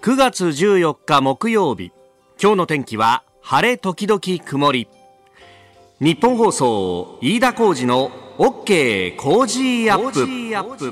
9月14日木曜日、今日の天気は晴れ時々曇り。日本放送飯田浩司の OK 工事アップ。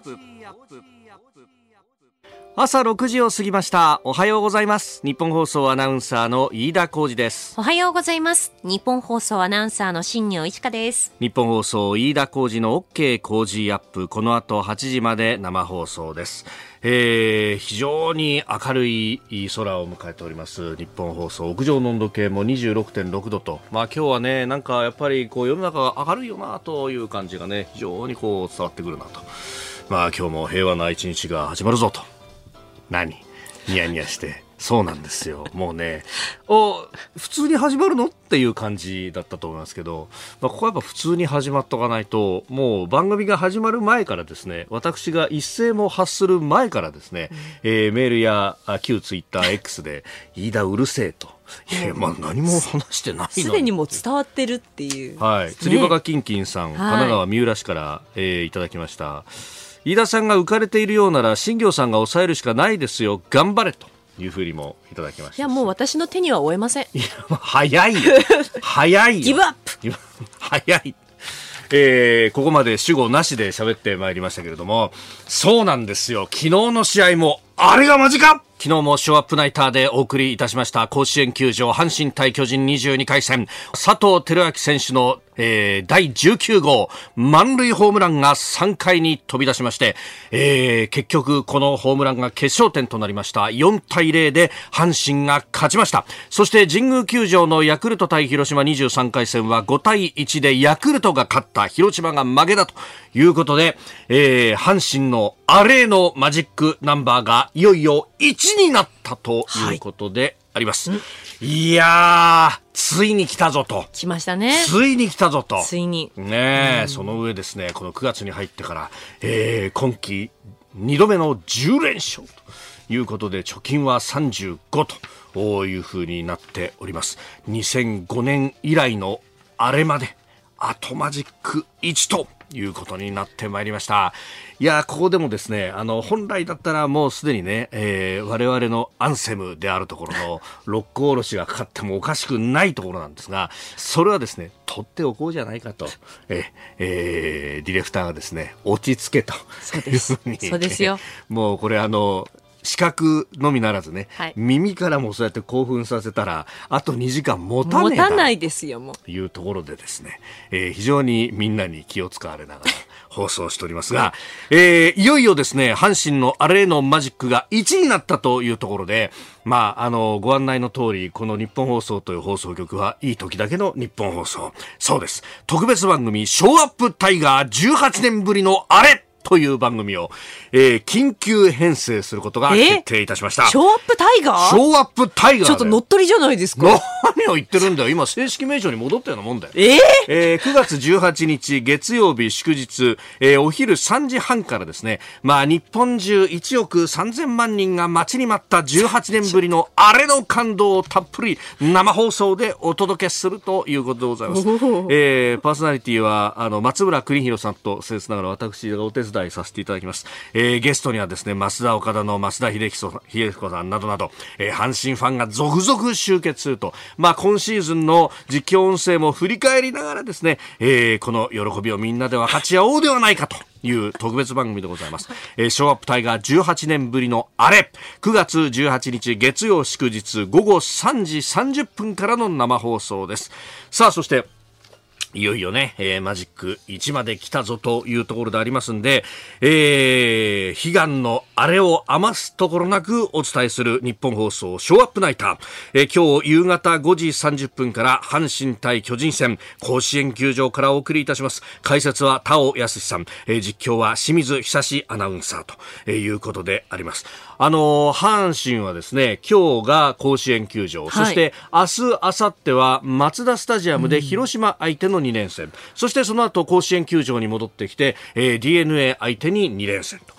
朝6時を過ぎました。おはようございます。日本放送アナウンサーの飯田浩司です。 おはようございます。日本放送アナウンサーの新業一華です。 日本放送飯田浩司の OK 工事アップ、この後8時まで生放送です。非常に明るい空を迎えております日本放送。屋上の温度計も 26.6 度と、今日はね、なんかやっぱり世の中が明るいよなという感じがね、非常に伝わってくるなと。今日も平和な一日が始まるぞと。何ニヤニヤして。そうなんですよ。もうね、普通に始まるのっていう感じだったと思いますけど、ここはやっぱ普通に始まっとかないと、もう番組が始まる前からですね、私が一声も発する前からですね、メールや旧ツイッター X で飯田うるせえと、何も話してないのにすでにもう伝わってるっていう、 はい、釣りバカキンキンさん、神奈川三浦市から、いただきました。飯田さんが浮かれているようなら新業さんが抑えるしかないですよ、頑張れというふうにもいただきました。 いや、もう私の手には負えません。 いや、早いよ早いよ、 ギブアップ早い。ここまで主語なしで喋ってまいりましたけれども、そうなんですよ。昨日の試合もあれがマジか。昨日もショーアップナイターでお送りいたしました甲子園球場阪神対巨人22回戦、佐藤輝明選手の、第19号満塁ホームランが3回に飛び出しまして、結局このホームランが決勝点となりました。4対0で阪神が勝ちました。そして神宮球場のヤクルト対広島23回戦は5対1でヤクルトが勝った、広島が負けだということで、阪神のアレーのマジックナンバーがいよいよ1になったということであります。いやー、ついに来たぞと。 来ましたね。 ついに来たぞと。 ついに。 ねえ、その上ですね、この9月に入ってから、今季2度目の10連勝ということで、貯金は35というふうになっております。2005年以来のあれまで、あとマジック1ということになってまいりました。いや、ここでもですね、本来だったらもうすでにね、我々のアンセムであるところの六甲おろしがかかってもおかしくないところなんですが、それはですね、取っておこうじゃないかと、ディレクターがですね、落ち着けというふうに。 そうですよ。 もうこれ視覚のみならずね、 はい、 耳からもそうやって興奮させたらあと2時間持たねえ持たないですよ、もうというところでですね、非常にみんなに気を使われながら放送しておりますが、いよいよですね、阪神のアレーのマジックが1になったというところで、ご案内の通り、この日本放送という放送局はいい時だけの日本放送。そうです。特別番組ショーアップタイガー18年ぶりのあれという番組を、緊急編成することが決定いたしました。 ショーアップタイガー？ ショーアップタイガー。 ちょっと乗っ取りじゃないですか。 何を言ってるんだよ。今正式名称に戻ったようなもんだよ。9月18日月曜日祝日、お昼3時半からですね、日本中1億3000万人が待ちに待った18年ぶりのあれの感動をたっぷり生放送でお届けするということでございます。パーソナリティは松村邦弘さんと僭越ながら私がお手伝いさせていただきます。ゲストにはですね、増田岡田の増田秀彦さんなどなど、阪神ファンが続々集結すると、今シーズンの実況音声も振り返りながらですね、この喜びをみんなで分かち合おうではないかという特別番組でございます。ショーアップタイガー18年ぶりのあれ、9月18日月曜祝日午後3時30分からの生放送です。さあ、そしていよいよね、マジック1まで来たぞというところでありますんで、悲願のあれを余すところなくお伝えする日本放送ショーアップナイター、今日夕方5時30分から阪神対巨人戦、甲子園球場からお送りいたします。解説は田尾康さん、実況は清水久アナウンサーということであります。阪神はですね、今日が甲子園球場、そして明日明後日はマツダスタジアムで広島相手の2連戦、そしてその後甲子園球場に戻ってきて、DNA 相手に2連戦と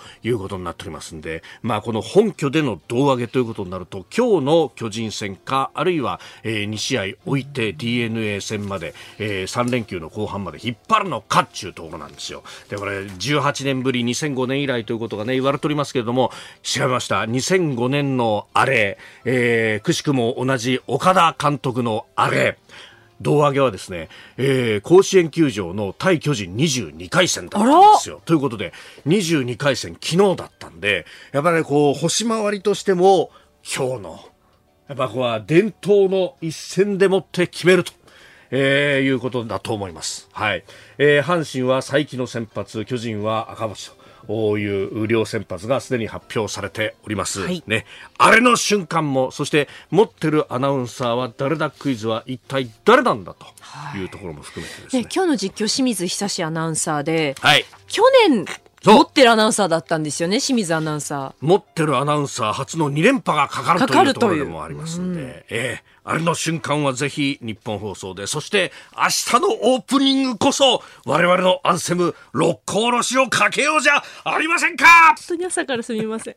いうことになっておりますんで、この本拠での胴上げということになると、今日の巨人戦か、あるいは、2試合置いて DNA 戦まで、3連休の後半まで引っ張るのかっていうところなんですよ。で、これ18年ぶり2005年以来ということがね言われておりますけれども、調べました。2005年のあれ、くしくも同じ岡田監督のあれ、胴上げはですね、甲子園球場の対巨人22回戦だったんですよ。ということで22回戦昨日だったんで、やっぱりこう星回りとしても今日のやっぱここは伝統の一戦でもって決めると、いうことだと思います。はい。阪神は才木の先発、巨人は赤星という両先発がすでに発表されております、はいね、あれの瞬間も、そして持ってるアナウンサーは誰だクイズは一体誰なんだというところも含めてですね、 今日の実況清水久志アナウンサーで、 はい、 去年持ってるアナウンサーだったんですよね。清水アナウンサー持ってるアナウンサー初の2連覇がかかるというところでもありますので、あれの瞬間はぜひ日本放送で、そして明日のオープニングこそ我々のアンセム六甲おろしをかけようじゃありませんか。 本当に朝からすみません。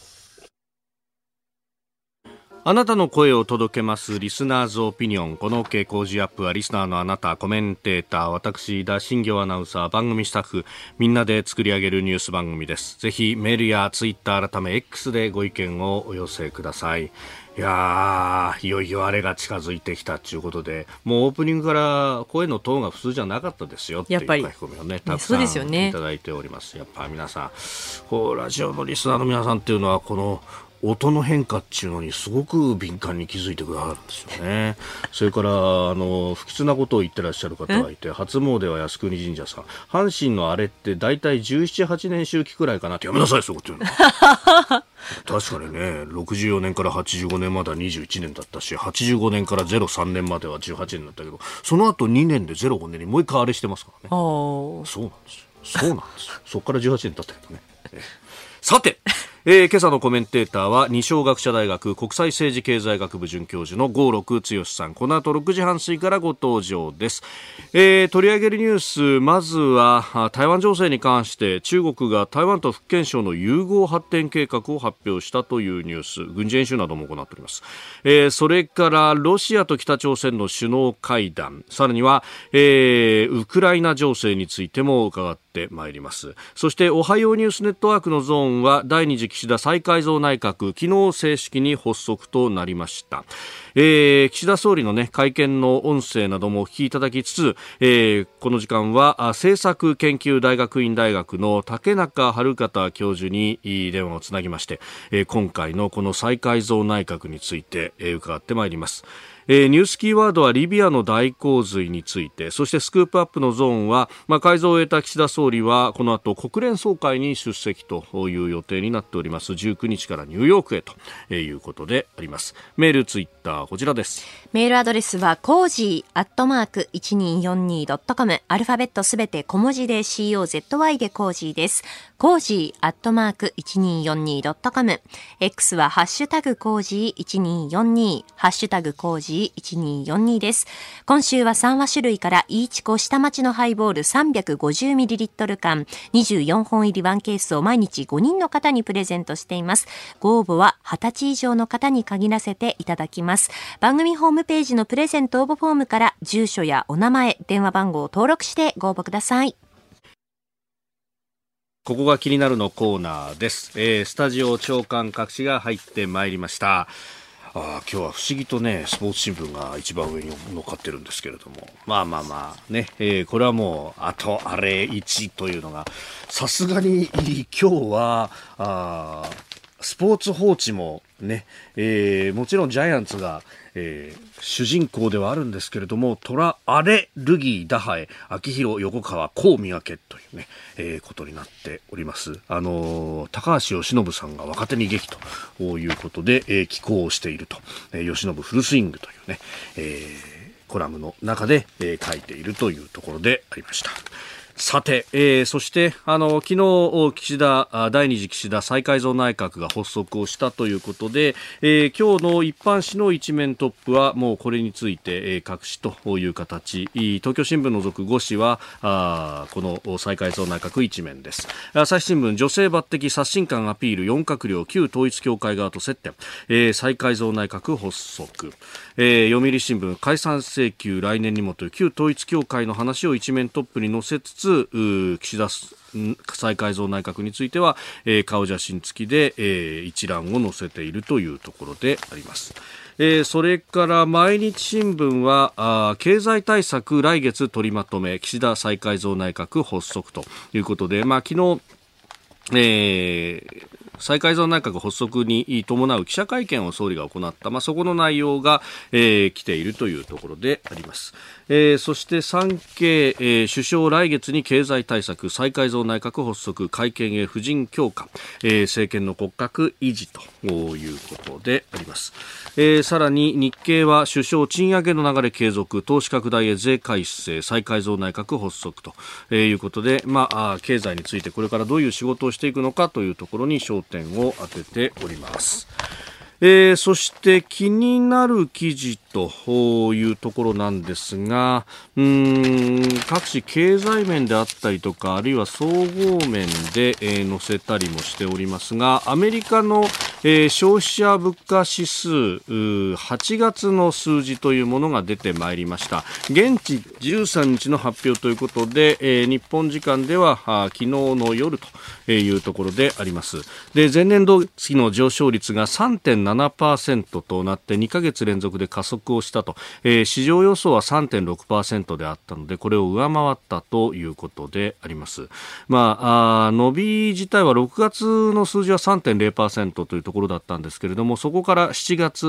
あなたの声を届けますリスナーズオピニオン。この OK 工事アップはリスナーのあなた、コメンテーター、私田新行アナウンサー、番組スタッフみんなで作り上げるニュース番組です。ぜひメールやツイッター改め X でご意見をお寄せください。いやー、いよいよあれが近づいてきたということで、もうオープニングから声のトーンが普通じゃなかったですよっていう書き込みをね、たくさんいただいております。やっぱ皆さんこうラジオのリスナーの皆さんっていうのはこの音の変化っていうのにすごく敏感に気づいてくださるんですよね。それから不吉なことを言ってらっしゃる方がいて、初詣は靖国神社さん、阪神のあれってだいたい17、8年周期くらいかなって。やめなさいそういうこと言うの確かにね、64年から85年までは21年だったし、85年から03年までは18年だったけど、その後2年で05年にもう一回あれしてますからね。そうなんですよ。そうなんですよ。そこから18年経ったけどね。さて、今朝のコメンテーターは二松学舎大学国際政治経済学部准教授の郷六剛さん。この後6時半過ぎからご登場です。取り上げるニュース、まずは台湾情勢に関して中国が台湾と福建省の融合発展計画を発表したというニュース、軍事演習なども行っております。それからロシアと北朝鮮の首脳会談、さらには、ウクライナ情勢についても伺ってまいります。そしておはようニュースネットワークのゾーンは第2次岸田再改造内閣、昨日正式に発足となりました。岸田総理の、会見の音声などもお聞きいただきつつ、この時間は政策研究大学院大学の竹中春方教授に電話をつなぎまして、今回のこの再改造内閣について、伺ってまいります。ニュースキーワードはリビアの大洪水について、そしてスクープアップのゾーンは、改造を終えた岸田総理はこの後国連総会に出席という予定になっております。19日からニューヨークへということであります。メール、ツイッターこちらです。 メールアドレスはコージー@1242.com、アルファベットすべて小文字で COZY でコージーです。コージー@1242.com、 X はハッシュタグコージー1242、ハッシュタグコージー1242です。今週は3話種類からイーチコ下町のハイボール 350ml 缶24本入り1ケースを毎日5人の方にプレゼントしています。ご応募は20歳以上の方に限らせていただきます。番組ホームページのプレゼント応募フォームから住所やお名前、電話番号を登録してご応募ください。 ここが気になるのコーナーです。スタジオ長官各紙が入ってまいりました。今日は不思議とね、スポーツ新聞が一番上に乗っかってるんですけれども、ね、これはもうあとあれ1というのがさすがに今日はスポーツ報知もね、もちろんジャイアンツが、主人公ではあるんですけれども、トラアレルギー打破へ秋広横川こう磨けというね、ことになっております。高橋由伸さんが若手に激ということで、寄稿をしていると、由伸フルスイングというね、コラムの中で、書いているというところでありました。 さて、そして昨日第二次岸田再改造内閣が発足をしたということで、今日の一般紙の一面トップはもうこれについて、各紙という形、東京新聞除く5紙はこの再改造内閣一面です。朝日新聞、女性抜擢刷新感アピール4閣僚旧統一教会側と接点、再改造内閣発足、読売新聞、解散請求来年にもという旧統一教会の話を一面トップに載せつつ、岸田再改造内閣については、顔写真付きで、一覧を載せているというところであります。それから毎日新聞は経済対策来月取りまとめ、岸田再改造内閣発足ということで、昨日再改造内閣発足に伴う記者会見を総理が行った、そこの内容が、来ているというところであります。そして産経、首相来月に経済対策再改造内閣発足会見へ夫人強化、政権の骨格維持ということであります。さらに日経は首相賃上げの流れ継続、投資拡大へ税改正、再改造内閣発足ということで、経済についてこれからどういう仕事をしていくのかというところに焦点を当てております。そして気になる記事というところなんですが、各種経済面であったりとか、あるいは総合面で、載せたりもしておりますが、アメリカの、消費者物価指数8月の数字というものが出てまいりました。現地13日の発表ということで、日本時間では昨日の夜というところであります。で、前年度期の上昇率が 3.7% となって2ヶ月連続で加速をしたと、市場予想は 3.6% であったので、これを上回ったということであります。伸び自体は6月の数字は 3.0% というところだったんですけれども、そこから7月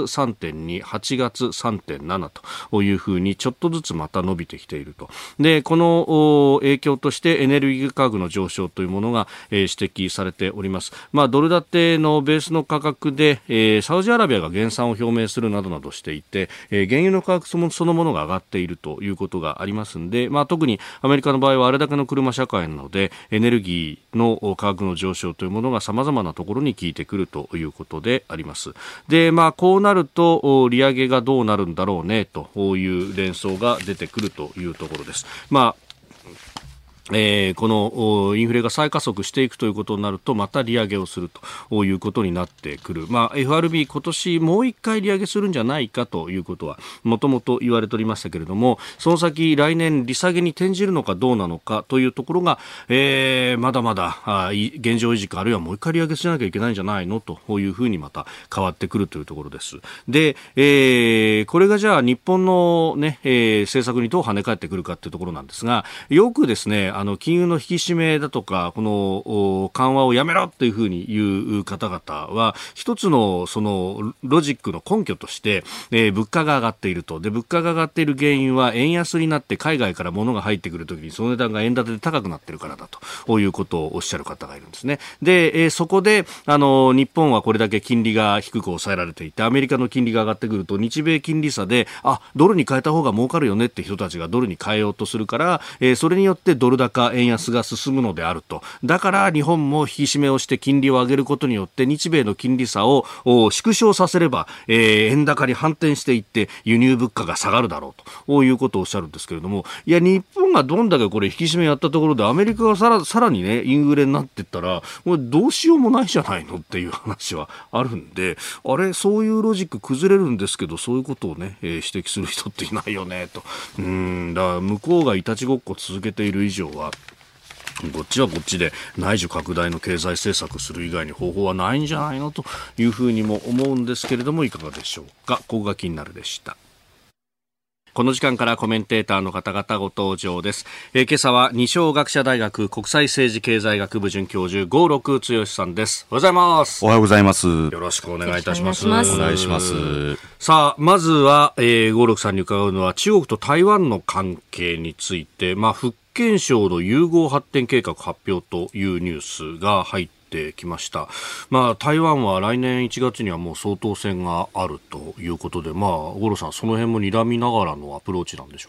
3.2、8月 3.7 というふうにちょっとずつまた伸びてきていると。で、この影響としてエネルギー価格の上昇というものが指摘されております。ドル建てのベースの価格で、サウジアラビアが減産を表明するなどしていて、原油の価格そのものが上がっているということがありますので、特にアメリカの場合はあれだけの車社会なので、エネルギーの価格の上昇というものが様々なところに効いてくるということであります。で、こうなると利上げがどうなるんだろうねという連想が出てくるというところです。このインフレが再加速していくということになると、また利上げをするということになってくる。FRB 今年もう一回利上げするんじゃないかということはもともと言われておりましたけれども、その先来年利下げに転じるのかどうなのかというところが、まだまだ現状維持か、あるいはもう一回利上げしなきゃいけないんじゃないのというふうにまた変わってくるというところです。で、これがじゃあ日本の、政策にどう跳ね返ってくるかというところなんですが、よくですね、金融の引き締めだとか、この緩和をやめろというふうに言う方々は、一つのそのロジックの根拠として、物価が上がっていると。で、物価が上がっている原因は円安になって海外から物が入ってくるときにその値段が円建てで高くなっているからだということをおっしゃる方がいるんですね。で、そこで日本はこれだけ金利が低く抑えられていて、アメリカの金利が上がってくると日米金利差で、ドルに変えた方が儲かるよねって人たちがドルに変えようとするから、それによってドル高円安が進むのであると。だから日本も引き締めをして金利を上げることによって日米の金利差を縮小させれば、円高に反転していって輸入物価が下がるだろうということをおっしゃるんですけれども、いや日本がどんだけこれ引き締めやったところでアメリカがさらにねインフレになっていったらこれどうしようもないじゃないのっていう話はあるんで、そういうロジック崩れるんですけど、そういうことをね、指摘する人っていないよねと。だから向こうがいたちごっこ続けている以上はこっちはこっちで内需拡大の経済政策する以外に方法はないんじゃないのというふうにも思うんですけれども、いかがでしょうか。ここが気になるでした。この時間からコメンテーターの方々ご登場です。今朝は二松学舎大学国際政治経済学部准教授郷六剛さんです。おはようございます。 おはようございます。 よろしくお願いいたします。 お願いします。 さあ、まずは、郷六さんに伺うのは中国と台湾の関係について、福建省の融合発展計画発表というニュースが入ってきました。台湾は来年1月にはもう総統選があるということで、五郎さんその辺も睨みながらのアプローチなんでしょうか。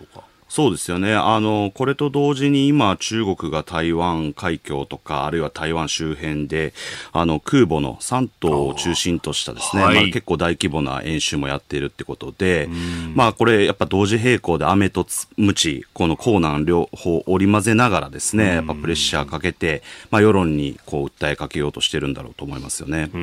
そうですよね。これと同時に今、中国が台湾海峡とか、あるいは台湾周辺で、空母の山東を中心としたですね、 はい結構大規模な演習もやっているってことで、これ、やっぱ同時並行で雨と鞭、この硬軟両方織り交ぜながらですね、やっぱプレッシャーかけて、世論にこう訴えかけようとしてるんだろうと思いますよね。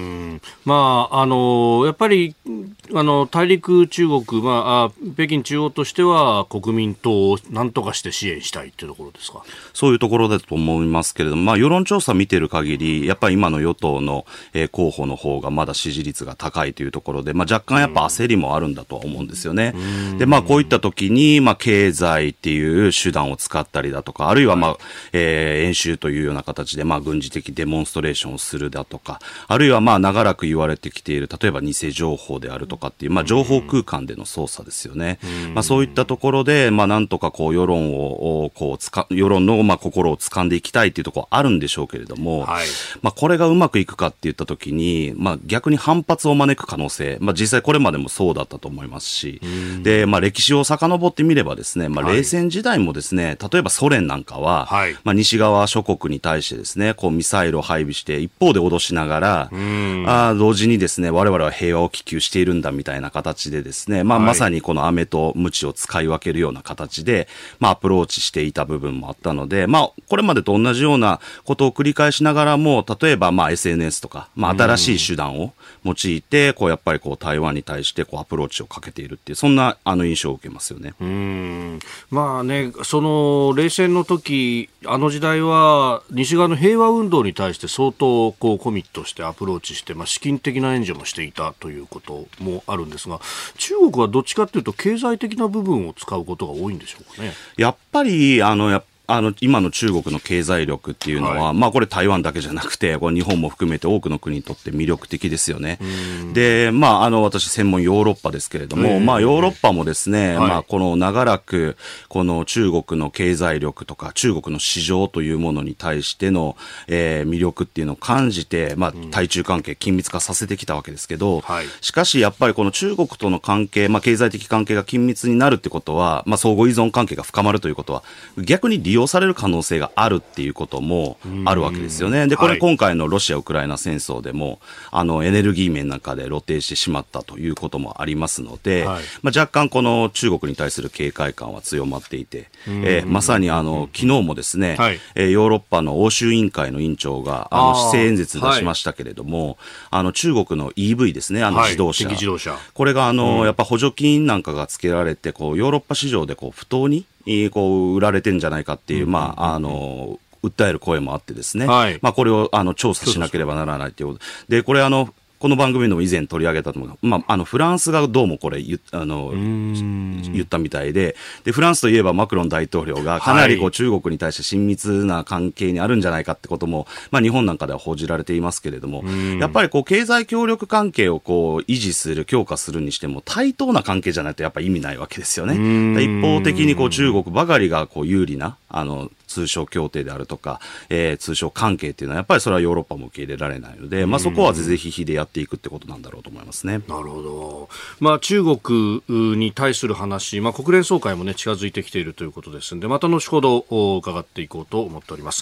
やっぱり大陸中国、北京中央としては国民党を何とかして支援したいというところですか。 そういうところだと思いますけれども、世論調査見てる限り、やっぱり今の与党の、候補の方がまだ支持率が高いというところで、若干やっぱ焦りもあるんだとは思うんですよね。で、こういった時に、経済っていう手段を使ったりだとか、あるいは演習というような形で、軍事的デモンストレーションをするだとか、あるいは長らく言われてきている、例えば偽情報であるとかっていう、情報空間での操作ですよね。そういったところで、なんとかこう世論を世論の心を掴んでいきたいっていうところあるんでしょうけれども、これがうまくいくかって言ったときに、逆に反発を招く可能性、実際これまでもそうだったと思いますし、で、歴史を遡ってみればですね、冷戦時代もですね、例えばソ連なんかは、西側諸国に対してですね、こうミサイルを配備して一方で脅しながら、同時にですね、我々は平和を希求しているんだみたいな形でですね、まさにこの飴と鞭を使い分けるような形で、アプローチしていた部分もあったので、これまでと同じようなことを繰り返しながらも、例えばSNS とか、新しい手段を用いて、やっぱり台湾に対してアプローチをかけているっていう、そんな印象を受けますよね。 その冷戦の時、時代は西側の平和運動に対して相当コミットしてアプローチして、資金的な援助もしていたということもあるんですが、中国はどっちかというと経済的な部分を使うことが多いんでしょうかね。 やっぱり今の中国の経済力っていうのは、これ台湾だけじゃなくて、これ日本も含めて多くの国にとって魅力的ですよね。で、私専門ヨーロッパですけれども、ヨーロッパもですね、この長らく、この中国の経済力とか、中国の市場というものに対しての、魅力っていうのを感じて、対中関係緊密化させてきたわけですけど、しかしやっぱりこの中国との関係、経済的関係が緊密になるってことは、相互依存関係が深まるということは、逆に利用される可能性があるっていうこともあるわけですよね。で、これ今回のロシア・ウクライナ戦争でも、エネルギー面なんかで露呈してしまったということもありますので、若干この中国に対する警戒感は強まっていて、まさに昨日もですね、ヨーロッパの欧州委員会の委員長が施政演説出しましたけれども、中国の EV ですね、自動車。これがやっぱ補助金なんかがつけられて、ヨーロッパ市場で不当に売られてんじゃないかっていう、訴える声もあってですね、これを調査しなければならないということで、これこの番組でも以前取り上げたと思う。フランスがどうもこれ言ったみたいで、フランスといえばマクロン大統領がかなり中国に対して親密な関係にあるんじゃないかってことも、日本なんかでは報じられていますけれども、やっぱり経済協力関係を維持する、強化するにしても対等な関係じゃないとやっぱり意味ないわけですよね。一方的に中国ばかりが有利な、通商協定であるとか、通商関係っていうのはやっぱりそれはヨーロッパも受け入れられないので、そこは是々非々でやっていくってことなんだろうと思いますね。 なるほど。中国に対する話、国連総会もね近づいてきているということですので、また後ほど伺っていこうと思っております。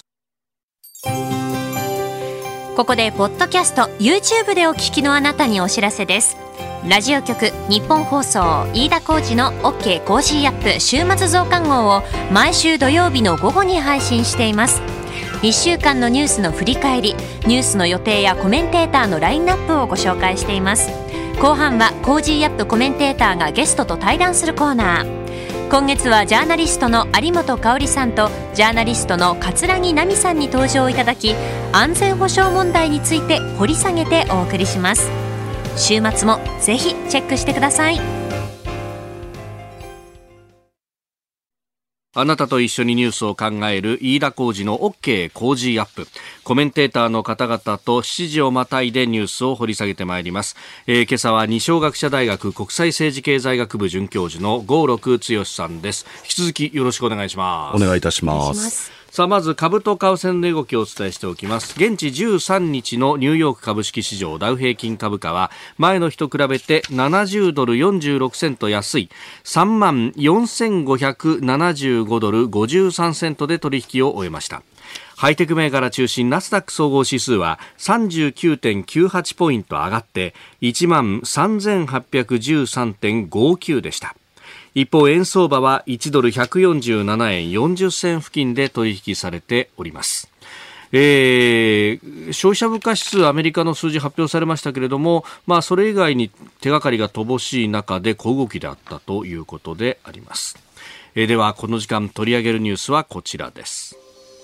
ここでポッドキャスト YouTube でお聞きのあなたにお知らせです。ラジオ局日本放送飯田浩司の OK コージーアップ週末増刊号を毎週土曜日の午後に配信しています。1週間のニュースの振り返り、ニュースの予定やコメンテーターのラインナップをご紹介しています。後半はコージーアップコメンテーターがゲストと対談するコーナー。今月はジャーナリストの有本香里さんとジャーナリストの桂木奈美さんに登場いただき、安全保障問題について掘り下げてお送りします。週末もぜひチェックしてください。 あなたと一緒にニュースを考える飯田浩司の OK コージーアップ。コメンテーターの方々と7時をまたいでニュースを掘り下げてまいります。今朝は二松学舎大学国際政治経済学部准教授の合六剛さんです。引き続きよろしくお願いします。 お願いいたします。 さあまず株と為替の値動きをお伝えしておきます。現地13日のニューヨーク株式市場ダウ平均株価は前の日と比べて70ドル46セント安い34,575ドル53セントで取引を終えました。ハイテク銘柄中心ナスダック総合指数は 39.98 ポイント上がって13,813.59 でした。一方円相場は1ドル147円40銭付近で取引されております。消費者物価指数アメリカの数字発表されましたけれども、それ以外に手がかりが乏しい中で小動きであったということであります。ではこの時間取り上げるニュースはこちらです。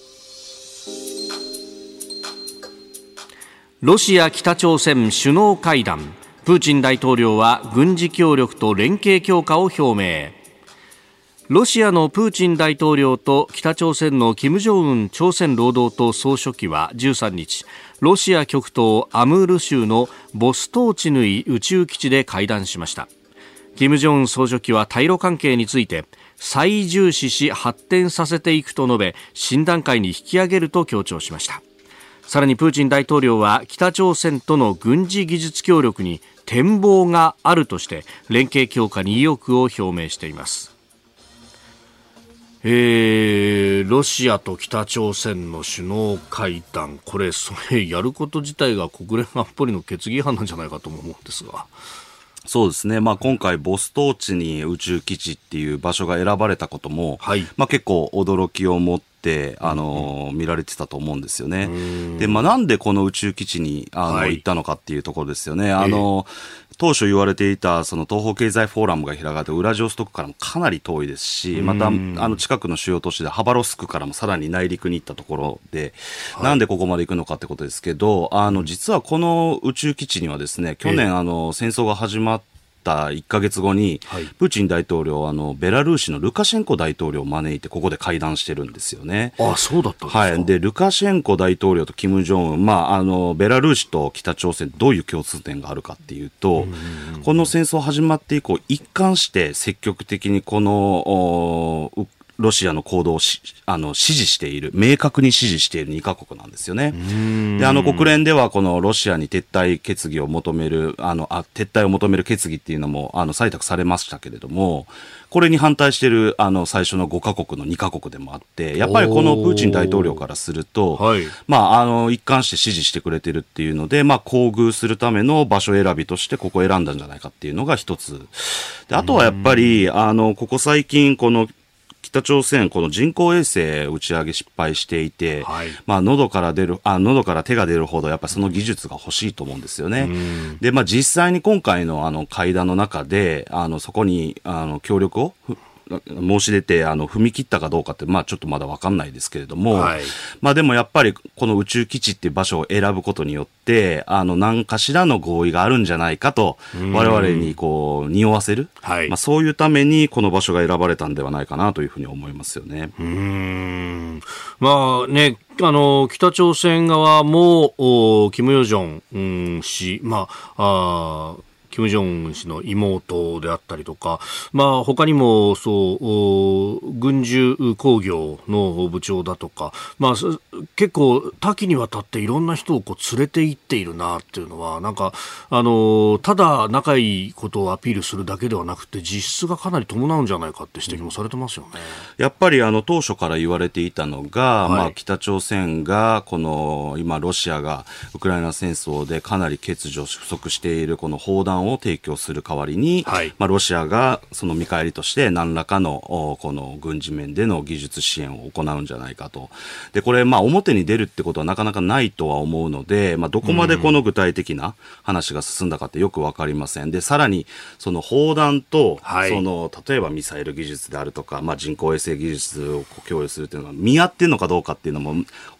ロシア北朝鮮首脳会談、プーチン大統領は軍事協力と連携強化を表明。ロシアのプーチン大統領と北朝鮮の金正恩朝鮮労働党総書記は13日、ロシア極東アムール州のボストーチヌイ宇宙基地で会談しました。金正恩総書記は対ロ関係について最重視し発展させていくと述べ、新段階に引き上げると強調しました。さらにプーチン大統領は北朝鮮との軍事技術協力に展望があるとして連携強化に意欲を表明しています。ロシアと北朝鮮の首脳会談、それやること自体が国連安保理の決議違反なんじゃないかと思うんですが。 そうですね。今回ボストーチに宇宙基地っていう場所が選ばれたことも、結構驚きを持って見られてたと思うんですよね。で、なんでこの宇宙基地に行ったのかっていうところですよね。当初言われていたその東方経済フォーラムが開かれてウラジオストクからもかなり遠いですし、また近くの主要都市でハバロスクからもさらに内陸に行ったところで、なんでここまで行くのかってことですけど、実はこの宇宙基地にはですね、去年戦争が始まった1ヶ月後に、プーチン大統領ベラルーシのルカシェンコ大統領を招いてここで会談してるんですよね。 そうだったんですか。 でルカシェンコ大統領と金正恩、ベラルーシと北朝鮮どういう共通点があるかっていうと、この戦争始まって以降一貫して積極的にこのロシアの行動を支持している、明確に支持している2カ国なんですよね。で、国連ではこのロシアに撤退決議を求める、撤退を求める決議っていうのも採択されましたけれども、これに反対している最初の5カ国の2カ国でもあって、やっぱりこのプーチン大統領からすると、一貫して支持してくれてるっていうので、厚遇するための場所選びとしてここを選んだんじゃないかっていうのが一つ。で、あとはやっぱりここ最近この北朝鮮、この人工衛星打ち上げ失敗していて、喉から手が出るほどやっぱりその技術が欲しいと思うんですよね。で、実際に今回の会談の中でそこに協力を申し出て踏み切ったかどうかってちょっとまだ分かんないですけれども、でもやっぱりこの宇宙基地っていう場所を選ぶことによって何かしらの合意があるんじゃないかと我々に匂わせる、そういうためにこの場所が選ばれたんではないかなというふうに思いますよね。 北朝鮮側も金与正氏、金正恩氏の妹であったりとか、他にも軍需工業の部長だとか、結構多岐にわたっていろんな人を連れて行っているなっていうのは、ただ仲いいことをアピールするだけではなくて実質がかなり伴うんじゃないかって指摘もされてますよね。 やっぱり当初から言われていたのが、北朝鮮が今ロシアがウクライナ戦争でかなり欠如不足しているこの砲弾を提供する代わりに、ロシアがその見返りとして何らかのこの軍事面での技術支援を行うんじゃないかと。で、これ表に出るってことはなかなかないとは思うので、どこまでこの具体的な話が進んだかってよくわかりません。で、さらにその砲弾と、例えばミサイル技術であるとか、人工衛星技術を供与するっていうのが見合ってるのかどうかっていうのも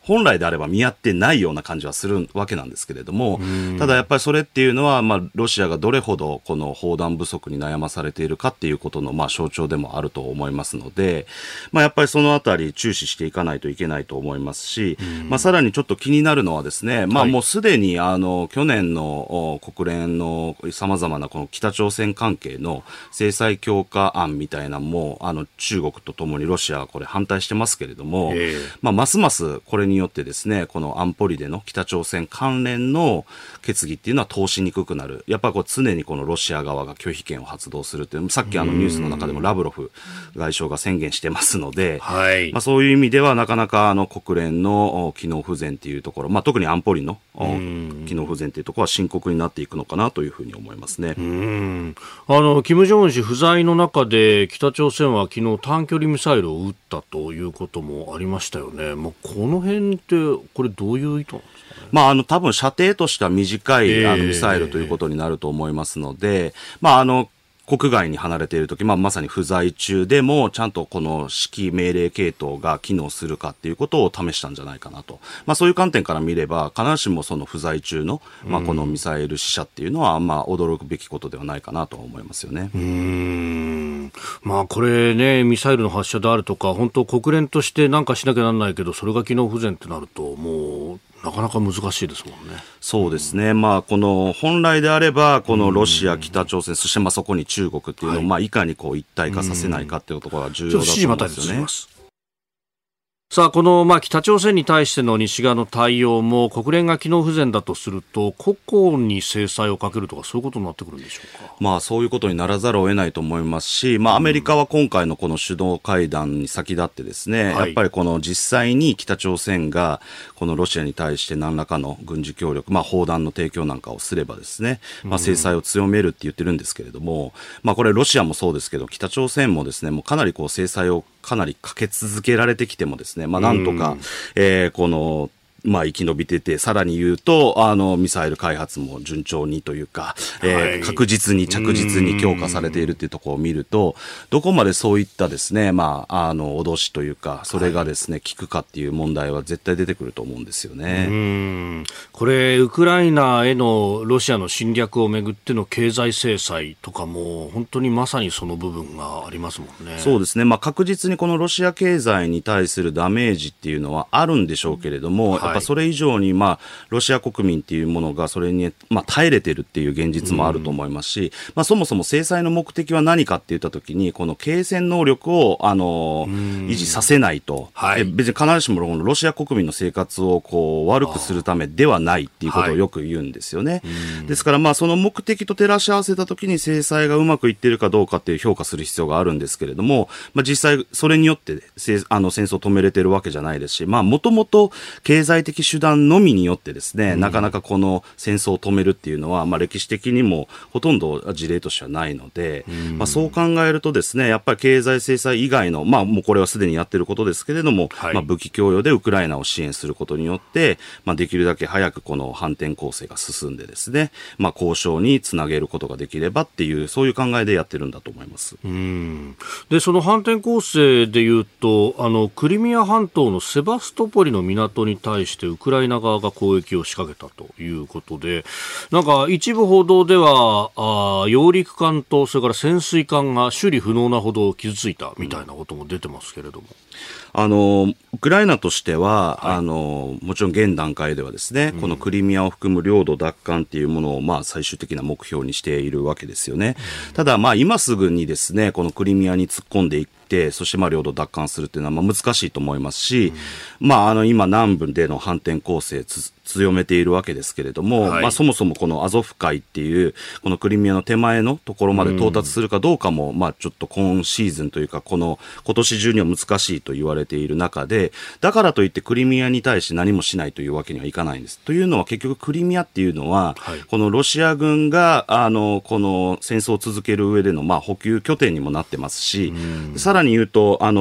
本来であれば見合ってないような感じはするわけなんですけれども、ただやっぱりそれっていうのは、ロシアがどれほどこの砲弾不足に悩まされているかっていうことの象徴でもあると思いますので、やっぱりそのあたり注視していかないといけないと思いますし、さらにちょっと気になるのはですね、もうすでに去年の国連の様々なこの北朝鮮関係の制裁強化案みたいなのも中国とともにロシアはこれ反対してますけれども、ますますこれによってですね、この安保理での北朝鮮関連の決議っていうのは通しにくくなる。やっぱり常にこのロシア側が拒否権を発動するという、さっきニュースの中でもラブロフ外相が宣言してますので、そういう意味ではなかなか国連の機能不全っていうところ、特に安保理の機能不全っていうところは深刻になっていくのかなというふうに思いますね。 金正恩氏不在の中で北朝鮮は昨日短距離ミサイルを撃ったということもありましたよね。この辺ってこれどういう意図なんですかね。 多分射程としては短いミサイルということになると思いますので、国外に離れているとき、まさに不在中でもちゃんとこの指揮命令系統が機能するかっていうことを試したんじゃないかなと。そういう観点から見れば必ずしもその不在中の、このミサイル死者っていうのは驚くべきことではないかなと思いますよね。 これね、ミサイルの発射であるとか本当国連として何かしなきゃなんないけど、それが機能不全ってなるともうなかなか難しいですもんね。 そうですね。この本来であればこのロシア、北朝鮮、そしてそこに中国っていうのをいかに一体化させないかっていうところが重要だと思うんですよね。 さあ、この北朝鮮に対しての西側の対応も国連が機能不全だとすると個々に制裁をかけるとかそういうことになってくるんでしょうか。 そういうことにならざるを得ないと思いますし、アメリカは今回のこの首脳会談に先立ってですね、やっぱりこの実際に北朝鮮がこのロシアに対して何らかの軍事協力、砲弾の提供なんかをすればですね、制裁を強めるって言ってるんですけれども、これロシアもそうですけど北朝鮮もですね、もうかなり制裁をかなりかけ続けられてきてもですね、なんとか、この生き延びてて、さらに言うとミサイル開発も順調にというか、確実に着実に強化されているっていうところを見ると、どこまでそういったですね、脅しというかそれがですね、効くかっていう問題は絶対出てくると思うんですよね。 これウクライナへのロシアの侵略をめぐっての経済制裁とかも本当にまさにその部分がありますもんね。 そうですね。確実にこのロシア経済に対するダメージっていうのはあるんでしょうけれども、やっぱそれ以上にロシア国民っていうものがそれに耐えれてるっていう現実もあると思いますし、そもそも制裁の目的は何かって言ったときにこの継戦能力を維持させないと、別に必ずしもこのロシア国民の生活を悪くするためではないっていうことをよく言うんですよね。ですからその目的と照らし合わせたときに制裁がうまくいっているかどうかっていう評価する必要があるんですけれども、実際それによって戦争を止めれてるわけじゃないですし、もともと経済的手段のみによってですね、なかなかこの戦争を止めるっていうのは、歴史的にもほとんど事例としてはないので、そう考えるとですね、やっぱり経済制裁以外の、もうこれはすでにやってることですけれども、武器供与でウクライナを支援することによって、できるだけ早くこの反転攻勢が進んでですね、交渉につなげることができればっていう、そういう考えでやってるんだと思います。 で、その反転攻勢でいうと、クリミア半島のセバストポリの港に対してウクライナ側が攻撃を仕掛けたということで、なんか一部報道では揚陸艦とそれから潜水艦が修理不能なほど傷ついたみたいなことも出てますけれども、 ウクライナとしては、もちろん現段階ではですね、このクリミアを含む領土奪還っていうものを最終的な目標にしているわけですよね。ただ今すぐにですね、このクリミアに突っ込んでいって、そして領土奪還するっていうのは難しいと思いますし、今南部での反転攻勢強めているわけですけれども、そもそもこのアゾフ海っていうこのクリミアの手前のところまで到達するかどうかも、ちょっと今シーズンというか今年中には難しいと言われている中で、だからといってクリミアに対して何もしないというわけにはいかないんです。というのは結局クリミアっていうのは、このロシア軍がこの戦争を続ける上での補給拠点にもなってますし、さらに言うと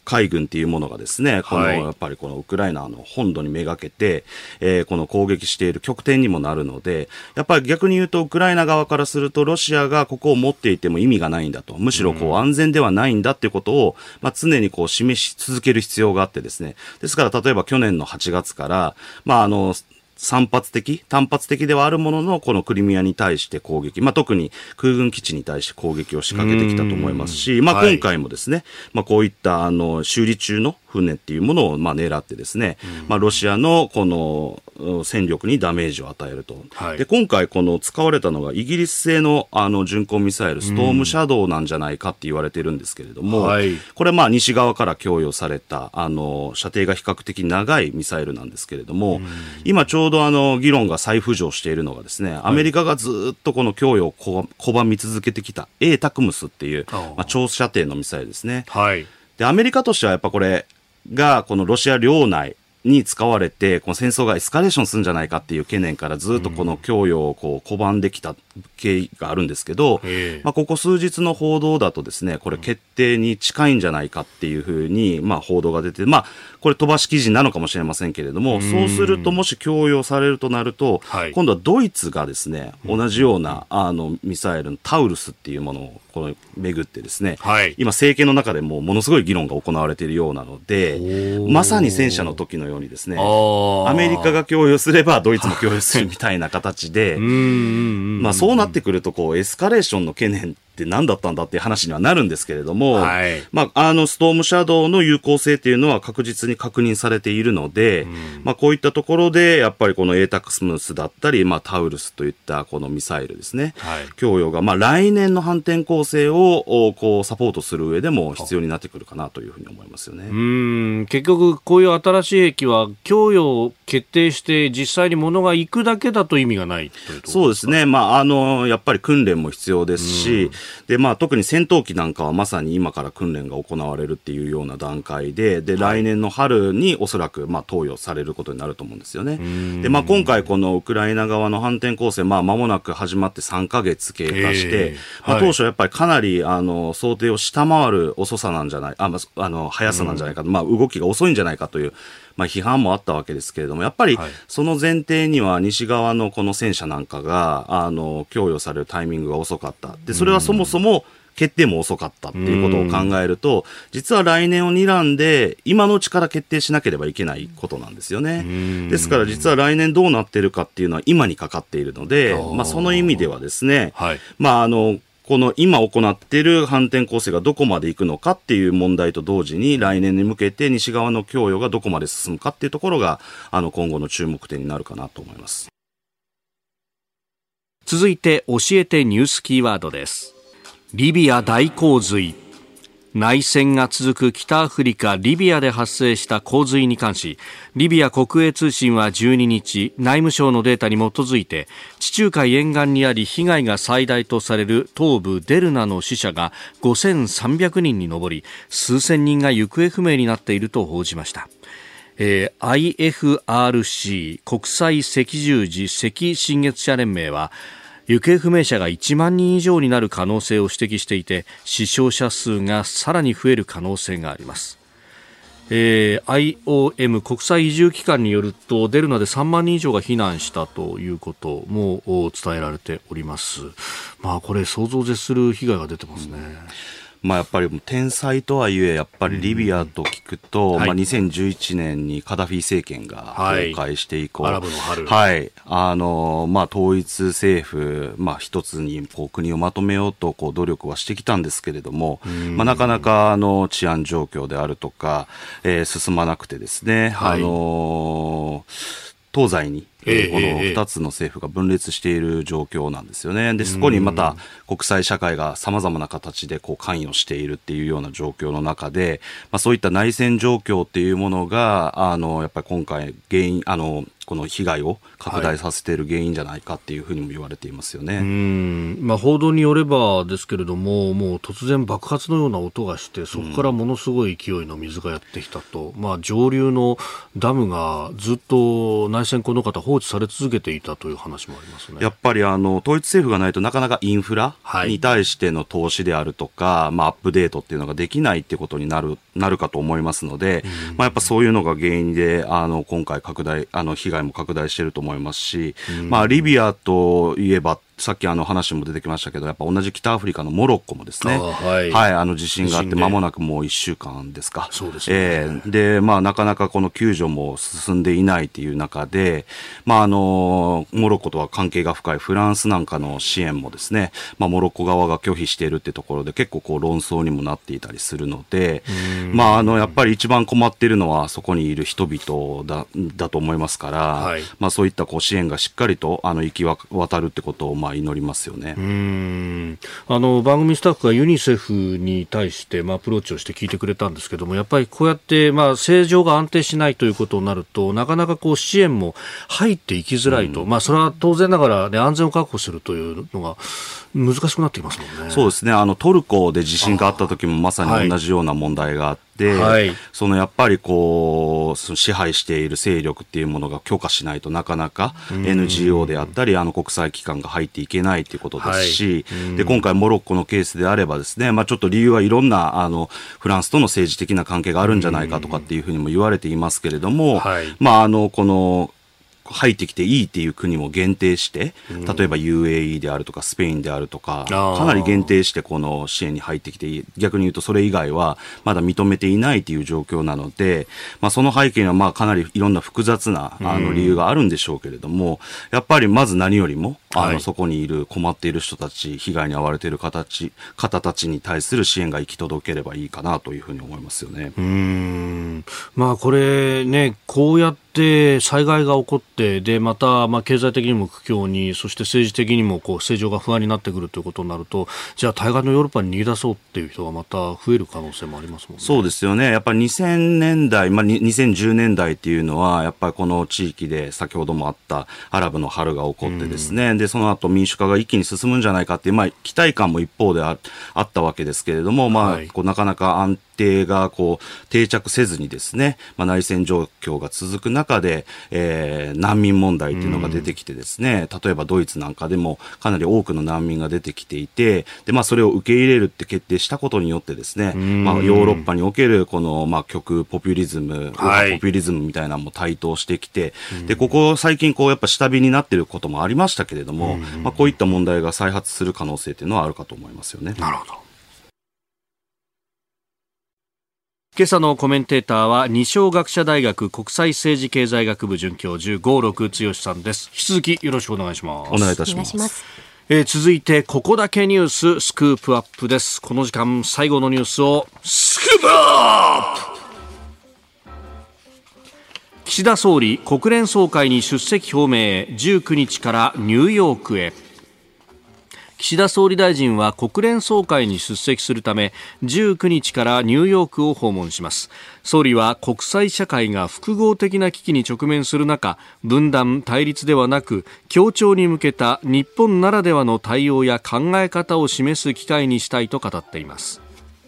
海軍っていうものがですね、やっぱりこのウクライナの本土にめがけて、この攻撃している拠点にもなるので、やっぱり逆に言うとウクライナ側からするとロシアがここを持っていても意味がないんだと、むしろ安全ではないんだっていうことを、常に示し続ける必要があってですね、ですから例えば去年の8月から、単発的ではあるものの、このクリミアに対して攻撃、特に空軍基地に対して攻撃を仕掛けてきたと思いますし、今回もですね、こういった修理中の船っていうものを狙ってですね、ロシアのこの戦力にダメージを与えると。で、今回この使われたのがイギリス製の巡航ミサイル、ストームシャドウなんじゃないかって言われてるんですけれども、これ西側から供与された、射程が比較的長いミサイルなんですけれども、今ちょうど議論が再浮上しているのがですね、アメリカがずっとこの供与を拒み続けてきた ATACMS っていう、長射程のミサイルですね。で、アメリカとしてはやっぱこれがこのロシア領内に使われて、この戦争がエスカレーションするんじゃないかっていう懸念からずっとこの供与を拒んできた経緯があるんですけど、ここ数日の報道だとですね、これ決定に近いんじゃないかっていうふうに、報道が出て、これ飛ばし記事なのかもしれませんけれども、そうするともし供与されるとなると、今度はドイツがですね、同じようなミサイルのタウルスっていうものをこの巡ってですね、今政権の中でものすごい議論が行われているようなので、まさに戦車の時のようにですね、アメリカが供与すればドイツも供与するみたいな形で、そうなってくるとエスカレーションの懸念って何だったんだっていう話にはなるんですけれども、ストームシャドウの有効性っていうのは確実に確認されているので、こういったところでやっぱりこの ATACMS だったり、タウルスといったこのミサイルですね、供与が来年の反転攻勢をサポートする上でも必要になってくるかなというふうに思いますよね。 結局こういう新しい兵器は供与を決定して実際に物が行くだけだと意味がないというところですか？ そうですね、やっぱり訓練も必要ですし、で特に戦闘機なんかはまさに今から訓練が行われるっていうような段階で、来年の春におそらく投与されることになると思うんですよね。で今回このウクライナ側の反転攻勢、間もなく始まって3ヶ月経過して、当初やっぱりかなり想定を下回る遅さなんじゃない、速さなんじゃないかと、動きが遅いんじゃないかという批判もあったわけですけれども、やっぱりその前提には西側のこの戦車なんかが供与されるタイミングが遅かった。でそれはそもそも決定も遅かったっていうことを考えると、実は来年を睨んで今のうちから決定しなければいけないことなんですよね。ですから実は来年どうなっているかっていうのは今にかかっているので、その意味ではですね、この今行っている反転攻勢がどこまで行くのかっていう問題と同時に、来年に向けて西側の供与がどこまで進むかっていうところが今後の注目点になるかなと思います。 続いて教えてニュースキーワードです。リビア大洪水。内戦が続く北アフリカリビアで発生した洪水に関し、リビア国営通信は12日、内務省のデータに基づいて、地中海沿岸にあり被害が最大とされる東部デルナの死者が5300人に上り、数千人が行方不明になっていると報じました。IFRC 国際赤十字赤新月社連盟は、行方不明者が1万人以上になる可能性を指摘していて、死傷者数がさらに増える可能性があります。IOM 国際移住機関によると、デルナで3万人以上が避難したということも伝えられております。これ想像を絶する被害が出てますね。 やっぱり天災とはいえ、やっぱりリビアと聞くと、2011年にカダフィ政権が崩壊して以降、 アラブの春、 統一政府、一つに国をまとめようと努力はしてきたんですけれども、なかなか治安状況であるとか、進まなくてですね、東西にこの2つの政府が分裂している状況なんですよね。でそこにまた国際社会が様々な形で関与しているっていうような状況の中で、そういった内戦状況っていうものがやっぱり今回この被害を拡大させている原因じゃないかっていうふうにも言われていますよね。 報道によればですけれども、もう突然爆発のような音がして、そこからものすごい勢いの水がやってきたと、上流のダムがずっと内戦この方放置され続けていたという話もありますね。 やっぱり統一政府がないとなかなかインフラに対しての投資であるとか、アップデートっていうのができないってことになるかと思いますので、やっぱそういうのが原因で今回被害も拡大していると思いますし、リビアといえばさっき話も出てきましたけど、やっぱ同じ北アフリカのモロッコもですね、地震があって間もなくもう1週間ですか。 そうですね。 で、なかなかこの救助も進んでいないという中で、モロッコとは関係が深いフランスなんかの支援もですね、モロッコ側が拒否しているってところで結構論争にもなっていたりするので、やっぱり一番困っているのはそこにいる人々だと思いますから、そういった支援がしっかりと行き渡るってことを祈りますよね。 番組スタッフがユニセフに対してアプローチをして聞いてくれたんですけども、やっぱりこうやって政情が安定しないということになると、なかなか支援も入っていきづらいと、それは当然ながら、安全を確保するというのが難しくなってきますもんね。 そうですね。トルコで地震があった時もまさに同じような問題があって、やっぱり支配している勢力っていうものが許可しないとなかなか NGO であったり国際機関が入っていけないということですし、で今回モロッコのケースであればですね、ちょっと理由はいろんなフランスとの政治的な関係があるんじゃないかとかっていうふうにも言われていますけれども、この入ってきていいっていう国も限定して、例えば UAE であるとかスペインであるとか、かなり限定してこの支援に入ってきて、逆に言うとそれ以外はまだ認めていないという状況なので、その背景にはかなりいろんな複雑な理由があるんでしょうけれども、やっぱりまず何よりもそこにいる困っている人たち、被害に遭われている方たちに対する支援が行き届ければいいかなというふうに思いますよね。 これね、こうやって災害が起こって、でまた経済的にも苦境に、そして政治的にも政情が不安になってくるということになると、じゃあ対岸のヨーロッパに逃げ出そうっていう人がまた増える可能性もありますもんね。 そうですよね。やっぱり2000年代、2010年代っていうのはやっぱりこの地域で先ほどもあったアラブの春が起こってですね、でその後民主化が一気に進むんじゃないかっていう、期待感も一方であったわけですけれども、なかなか安定が定着せずにですね、内戦状況が続く中で、難民問題っていうのが出てきてですね、例えばドイツなんかでもかなり多くの難民が出てきていて、でそれを受け入れるって決定したことによってですね、ヨーロッパにおけるこの極ポピュリズム、ポピュリズムみたいなのも台頭してきて、でここ最近やっぱ下火になっていることもありましたけれども、こういった問題が再発する可能性っていうのはあるかと思いますよね。 なるほど。今朝のコメンテーターは二松学舎大学国際政治経済学部准教授合六剛さんです。引き続きよろしくお願いします。 お願いいたします。 続いてここだけニューススクープアップです。この時間最後のニュースをスクープアップ。岸田総理国連総会に出席表明、19日からニューヨークへ。岸田総理大臣は国連総会に出席するため19日からニューヨークを訪問します。総理は国際社会が複合的な危機に直面する中、分断対立ではなく協調に向けた日本ならではの対応や考え方を示す機会にしたいと語っています。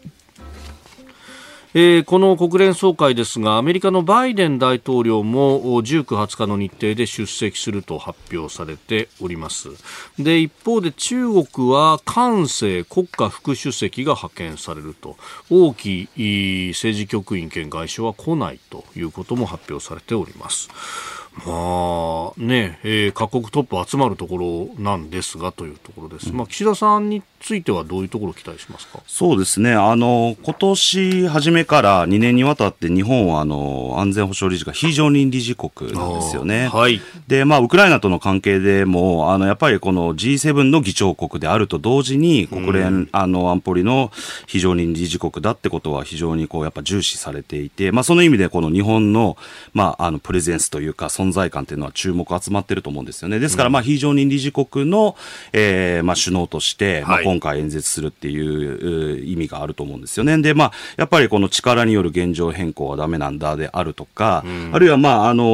この国連総会ですが、アメリカのバイデン大統領も19、20日の日程で出席すると発表されております。で、一方で中国は韓正国家副主席が派遣されると、王毅政治局員兼外相は来ないということも発表されております。各国トップ集まるところなんですがというところです。岸田さんについてはどういうところを期待しますか。 そうですね。今年初めから2年にわたって日本は安全保障理事会非常任理事国なんですよね。で、ウクライナとの関係でもやっぱりこの G7 の議長国であると同時に国連安保理の非常任理事国だってことは非常にやっぱ重視されていて、その意味でこの日本のプレゼンスというか存在感というのは注目集まっていると思うんですよね。ですから非常任理事国の首脳として今回演説するっていう意味があると思うんですよね。で、やっぱりこの力による現状変更はダメなんだであるとか、あるいは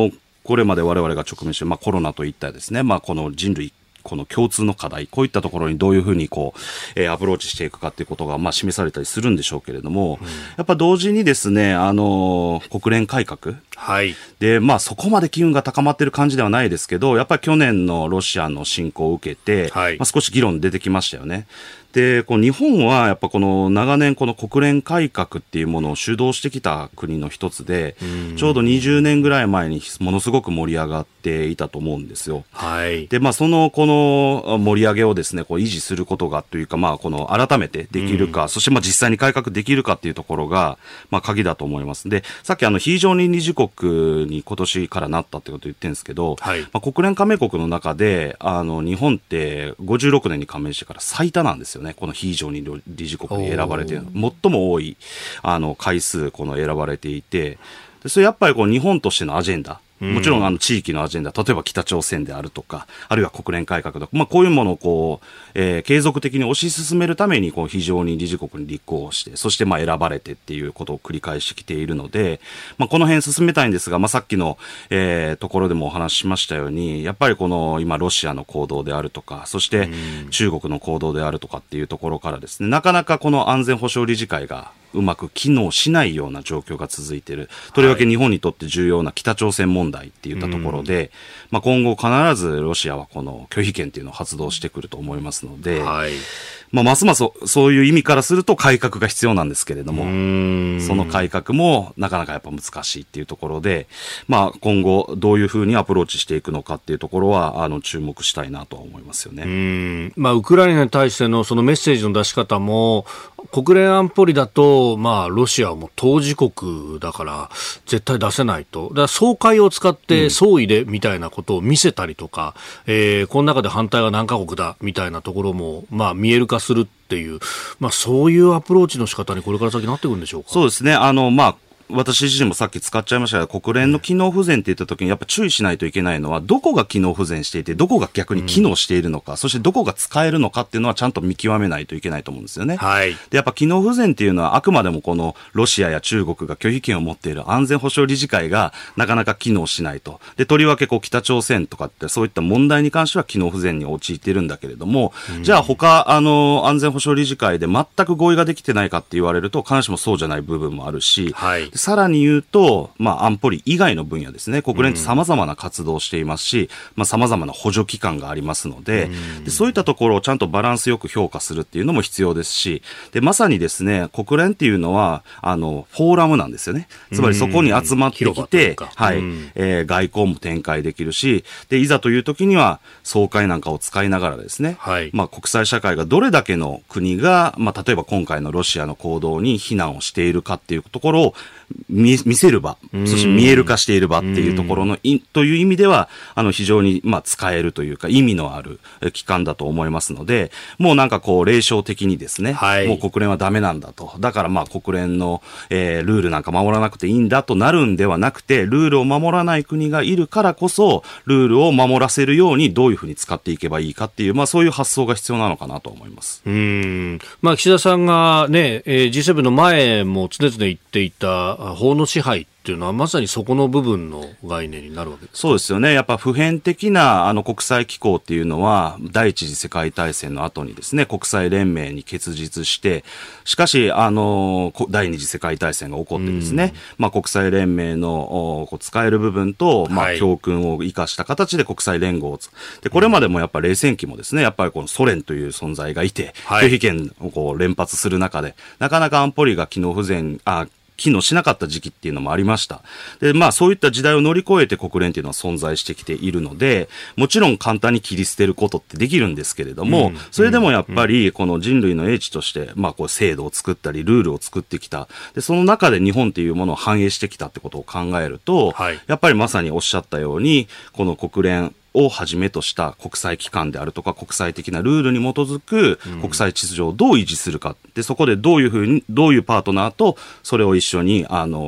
これまで我々が直面している、コロナといったですね、この人類この共通の課題、こういったところにどういうふうにアプローチしていくかということが示されたりするんでしょうけれども、やっぱ同時にですね、国連改革、 はい、 でそこまで機運が高まっている感じではないですけど、やっぱり去年のロシアの侵攻を受けて、はい、少し議論出てきましたよね。で日本はやっぱこの長年この国連改革っていうものを主導してきた国の一つで、ちょうど20年ぐらい前にものすごく盛り上がっていたと思うんですよ。 はい、 でこの盛り上げをですね維持することがというか、この改めてできるか、そして実際に改革できるかっていうところが鍵だと思います。でさっき非常任理事国に今年からなったってことを言ってるんですけど、はい、国連加盟国の中で日本って56年に加盟してから最多なんですよね。この非常任理事国に選ばれている最も多い回数選ばれていて、でそれやっぱり日本としてのアジェンダ、もちろん地域のアジェンダ、例えば北朝鮮であるとか、あるいは国連改革とか、こういうものを継続的に推し進めるために非常に理事国に立候補して、そして選ばれてっていうことを繰り返してきているので、この辺進めたいんですが、さっきの、ところでもお話ししましたように、やっぱり今ロシアの行動であるとか、そして中国の行動であるとかっていうところからですね、なかなかこの安全保障理事会がうまく機能しないような状況が続いている。とりわけ日本にとって重要な北朝鮮問題っていったところで、今後必ずロシアはこの拒否権っていうのを発動してくると思いますので、はい、ますますそういう意味からすると改革が必要なんですけれども、その改革もなかなかやっぱ難しいっていうところで、今後どういうふうにアプローチしていくのかっていうところは注目したいなとは思いますよね。 ウクライナに対してのそのメッセージの出し方も、国連安保理だと、ロシアはもう当事国だから絶対出せないと。だから総会を使って総意でみたいなことを見せたりとか、この中で反対は何カ国だみたいなところも、見える化するっていう、そういうアプローチの仕方にこれから先なってくるんでしょうか。 そうですね。私自身もさっき使っちゃいましたが、国連の機能不全って言った時にやっぱ注意しないといけないのは、どこが機能不全していて、どこが逆に機能しているのか、そしてどこが使えるのかっていうのはちゃんと見極めないといけないと思うんですよね。はい。で、やっぱ機能不全っていうのはあくまでもこのロシアや中国が拒否権を持っている安全保障理事会がなかなか機能しないと。で、とりわけ北朝鮮とかってそういった問題に関しては機能不全に陥っているんだけれども、じゃあ他、安全保障理事会で全く合意ができてないかって言われると、必ずしもそうじゃない部分もあるし、はい。さらに言うと、安保理以外の分野ですね。国連って様々な活動をしていますし、様々な補助機関がありますので、そういったところをちゃんとバランスよく評価するっていうのも必要ですし、で、まさにですね、国連っていうのは、フォーラムなんですよね。つまりそこに集まってきて、はい、外交も展開できるし、で、いざという時には、総会なんかを使いながらですね、はい、国際社会がどれだけの国が、例えば今回のロシアの行動に非難をしているかっていうところを見せる場、そして見える化している場っていうところのという意味では非常に使えるというか意味のある機関だと思いますので、もうなんか例証的にですね、はい、もう国連はダメなんだと、だから国連の、ルールなんか守らなくていいんだとなるんではなくて、ルールを守らない国がいるからこそルールを守らせるようにどういうふうに使っていけばいいかっていう、そういう発想が必要なのかなと思います。 岸田さんがね、G7 の前も常々言っていた法の支配っていうのはまさにそこの部分の概念になるわけですか。 そうですよね。やっぱ普遍的な国際機構っていうのは第一次世界大戦の後にですね、国際連盟に結実して、しかし第二次世界大戦が起こってですね、国際連盟の使える部分と、教訓を生かした形で国際連合をで、これまでもやっぱ冷戦期もですね、やっぱりこのソ連という存在がいて、拒否権を連発する中で、なかなか安保理が機能しなかった時期っていうのもありました。で、そういった時代を乗り越えて国連っていうのは存在してきているので、もちろん簡単に切り捨てることってできるんですけれども、それでもやっぱりこの人類の英知として、制度を作ったり、ルールを作ってきた。で、その中で日本っていうものを反映してきたってことを考えると、はい、やっぱりまさにおっしゃったように、この国連をはじめとした国際機関であるとか国際的なルールに基づく国際秩序をどう維持するか。で、そこでどういうパートナーとそれを一緒に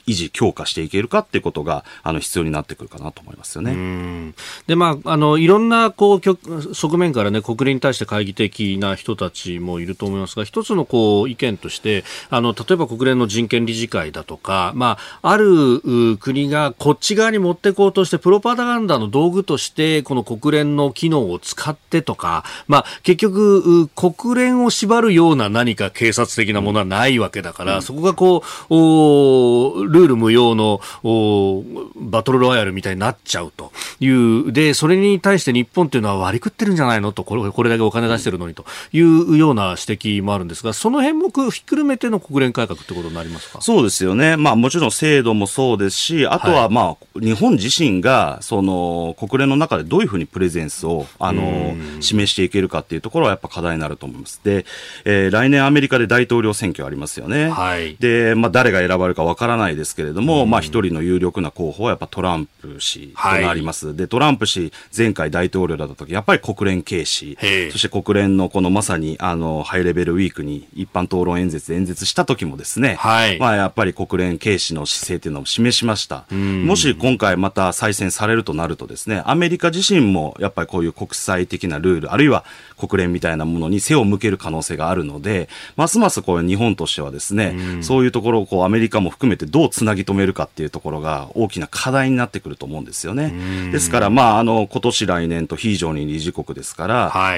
維持強化していけるかっていうことが必要になってくるかなと思いますよね。 で、いろんな側面からね、国連に対して懐疑的な人たちもいると思いますが、一つの意見として例えば国連の人権理事会だとか、ある国がこっち側に持っていこうとしてプロパガンダの道具としてこの国連の機能を使ってとか、結局国連を縛るような何か警察的なものはないわけだから、そこがルール無用のバトルロワイヤルみたいになっちゃうというで、それに対して日本っていうのは割り食ってるんじゃないのと、これだけお金出してるのにというような指摘もあるんですが、その辺もひっくるめての国連改革ってことになりますか？ そうですよね。もちろん制度もそうですし、あとは日本自身がその国連の中でどういうふうにプレゼンスを示していけるかっていうところはやっぱ課題になると思います。で、来年アメリカで大統領選挙ありますよね。で、誰が選ばれるかわからないですけれども、一人の有力な候補はやっぱトランプ氏となります。で、トランプ氏前回大統領だった時やっぱり国連軽視、そして国連のこのまさにハイレベルウィークに一般討論演説した時もですね、やっぱり国連軽視の姿勢というのを示しました。もし今回また再選されるとなるとですね、アメリカ自身もやっぱりこういう国際的なルール、あるいは国連みたいなものに背を向ける可能性があるので、ますますこう日本としてはですね、そういうところをアメリカも含めてどうつなぎ止めるかっていうところが大きな課題になってくると思うんですよね。ですから今年来年と非常に理事国ですから、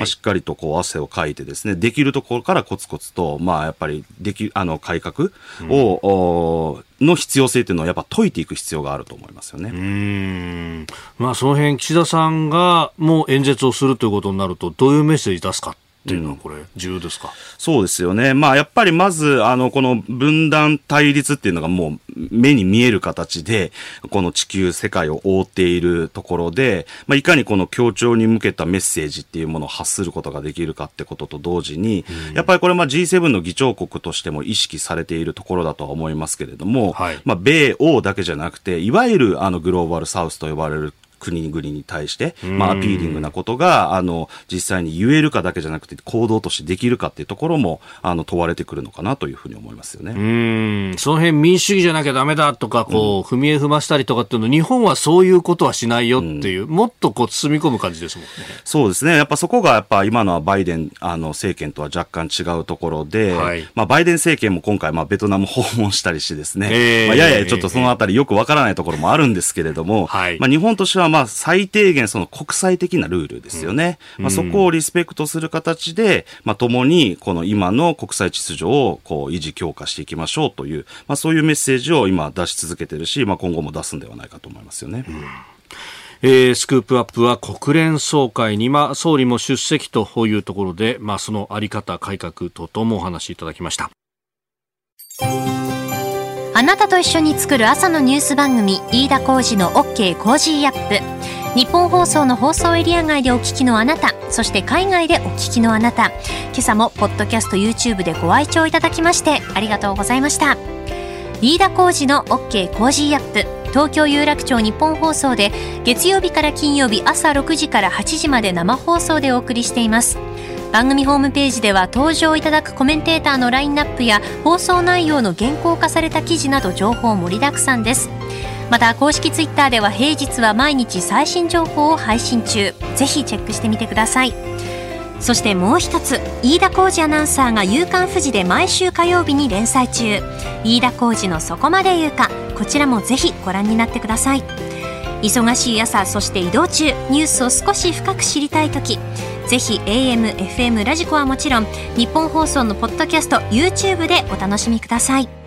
しっかりと汗をかいてですね、できるところからコツコツとやっぱり改革をの必要性というのをやっぱ解いていく必要があると思いますよね。 その辺岸田さんがもう演説をするということになると、どういうメッセージ出すかっていうのはこれ重要ですか？ そうですよね。やっぱりまずこの分断対立っていうのがもう目に見える形でこの地球世界を覆っているところで、いかにこの協調に向けたメッセージっていうものを発することができるかってことと同時に、やっぱりこれG7 の議長国としても意識されているところだとは思いますけれども、米欧だけじゃなくていわゆるグローバルサウスと呼ばれる国々に対して、アピーリングなことが、実際に言えるかだけじゃなくて、行動としてできるかっていうところも、問われてくるのかなというふうに思いますよね。 その辺民主主義じゃなきゃダメだとか、踏み絵踏ましたりとかっていうの、日本はそういうことはしないよっていう、もっと包み込む感じですもんね。 そうですね。やっぱそこが、やっぱ今のはバイデン、政権とは若干違うところで、バイデン政権も今回、ベトナム訪問したりしてですね、ややちょっとそのあたりよくわからないところもあるんですけれども、日本としては最低限その国際的なルールですよね。そこをリスペクトする形で、共にこの今の国際秩序を維持強化していきましょうという、そういうメッセージを今出し続けてるし、今後も出すんではないかと思いますよね。 スクープアップは国連総会に総理も出席というところで、そのあり方改革等々もお話しいただきました。 あなたと一緒に作る朝のニュース番組、飯田浩司の OK コージーアップ。日本放送の放送エリア外でお聞きのあなた、そして海外でお聞きのあなた、今朝もポッドキャスト YouTube でご愛聴いただきましてありがとうございました。飯田浩司の OK コージーアップ、東京有楽町日本放送で月曜日から金曜日朝6時から8時まで生放送でお送りしています。番組ホームページでは登場いただくコメンテーターのラインナップや放送内容の原稿化された記事など情報盛りだくさんです。また公式ツイッターでは平日は毎日最新情報を配信中、ぜひチェックしてみてください。そしてもう一つ、飯田浩司アナウンサーが夕刊フジで毎週火曜日に連載中、飯田浩司のそこまで言うか、こちらもぜひご覧になってください。忙しい朝、そして移動中、ニュースを少し深く知りたいとき、ぜひ AM、FM、ラジコはもちろん日本放送のポッドキャスト、YouTube でお楽しみください。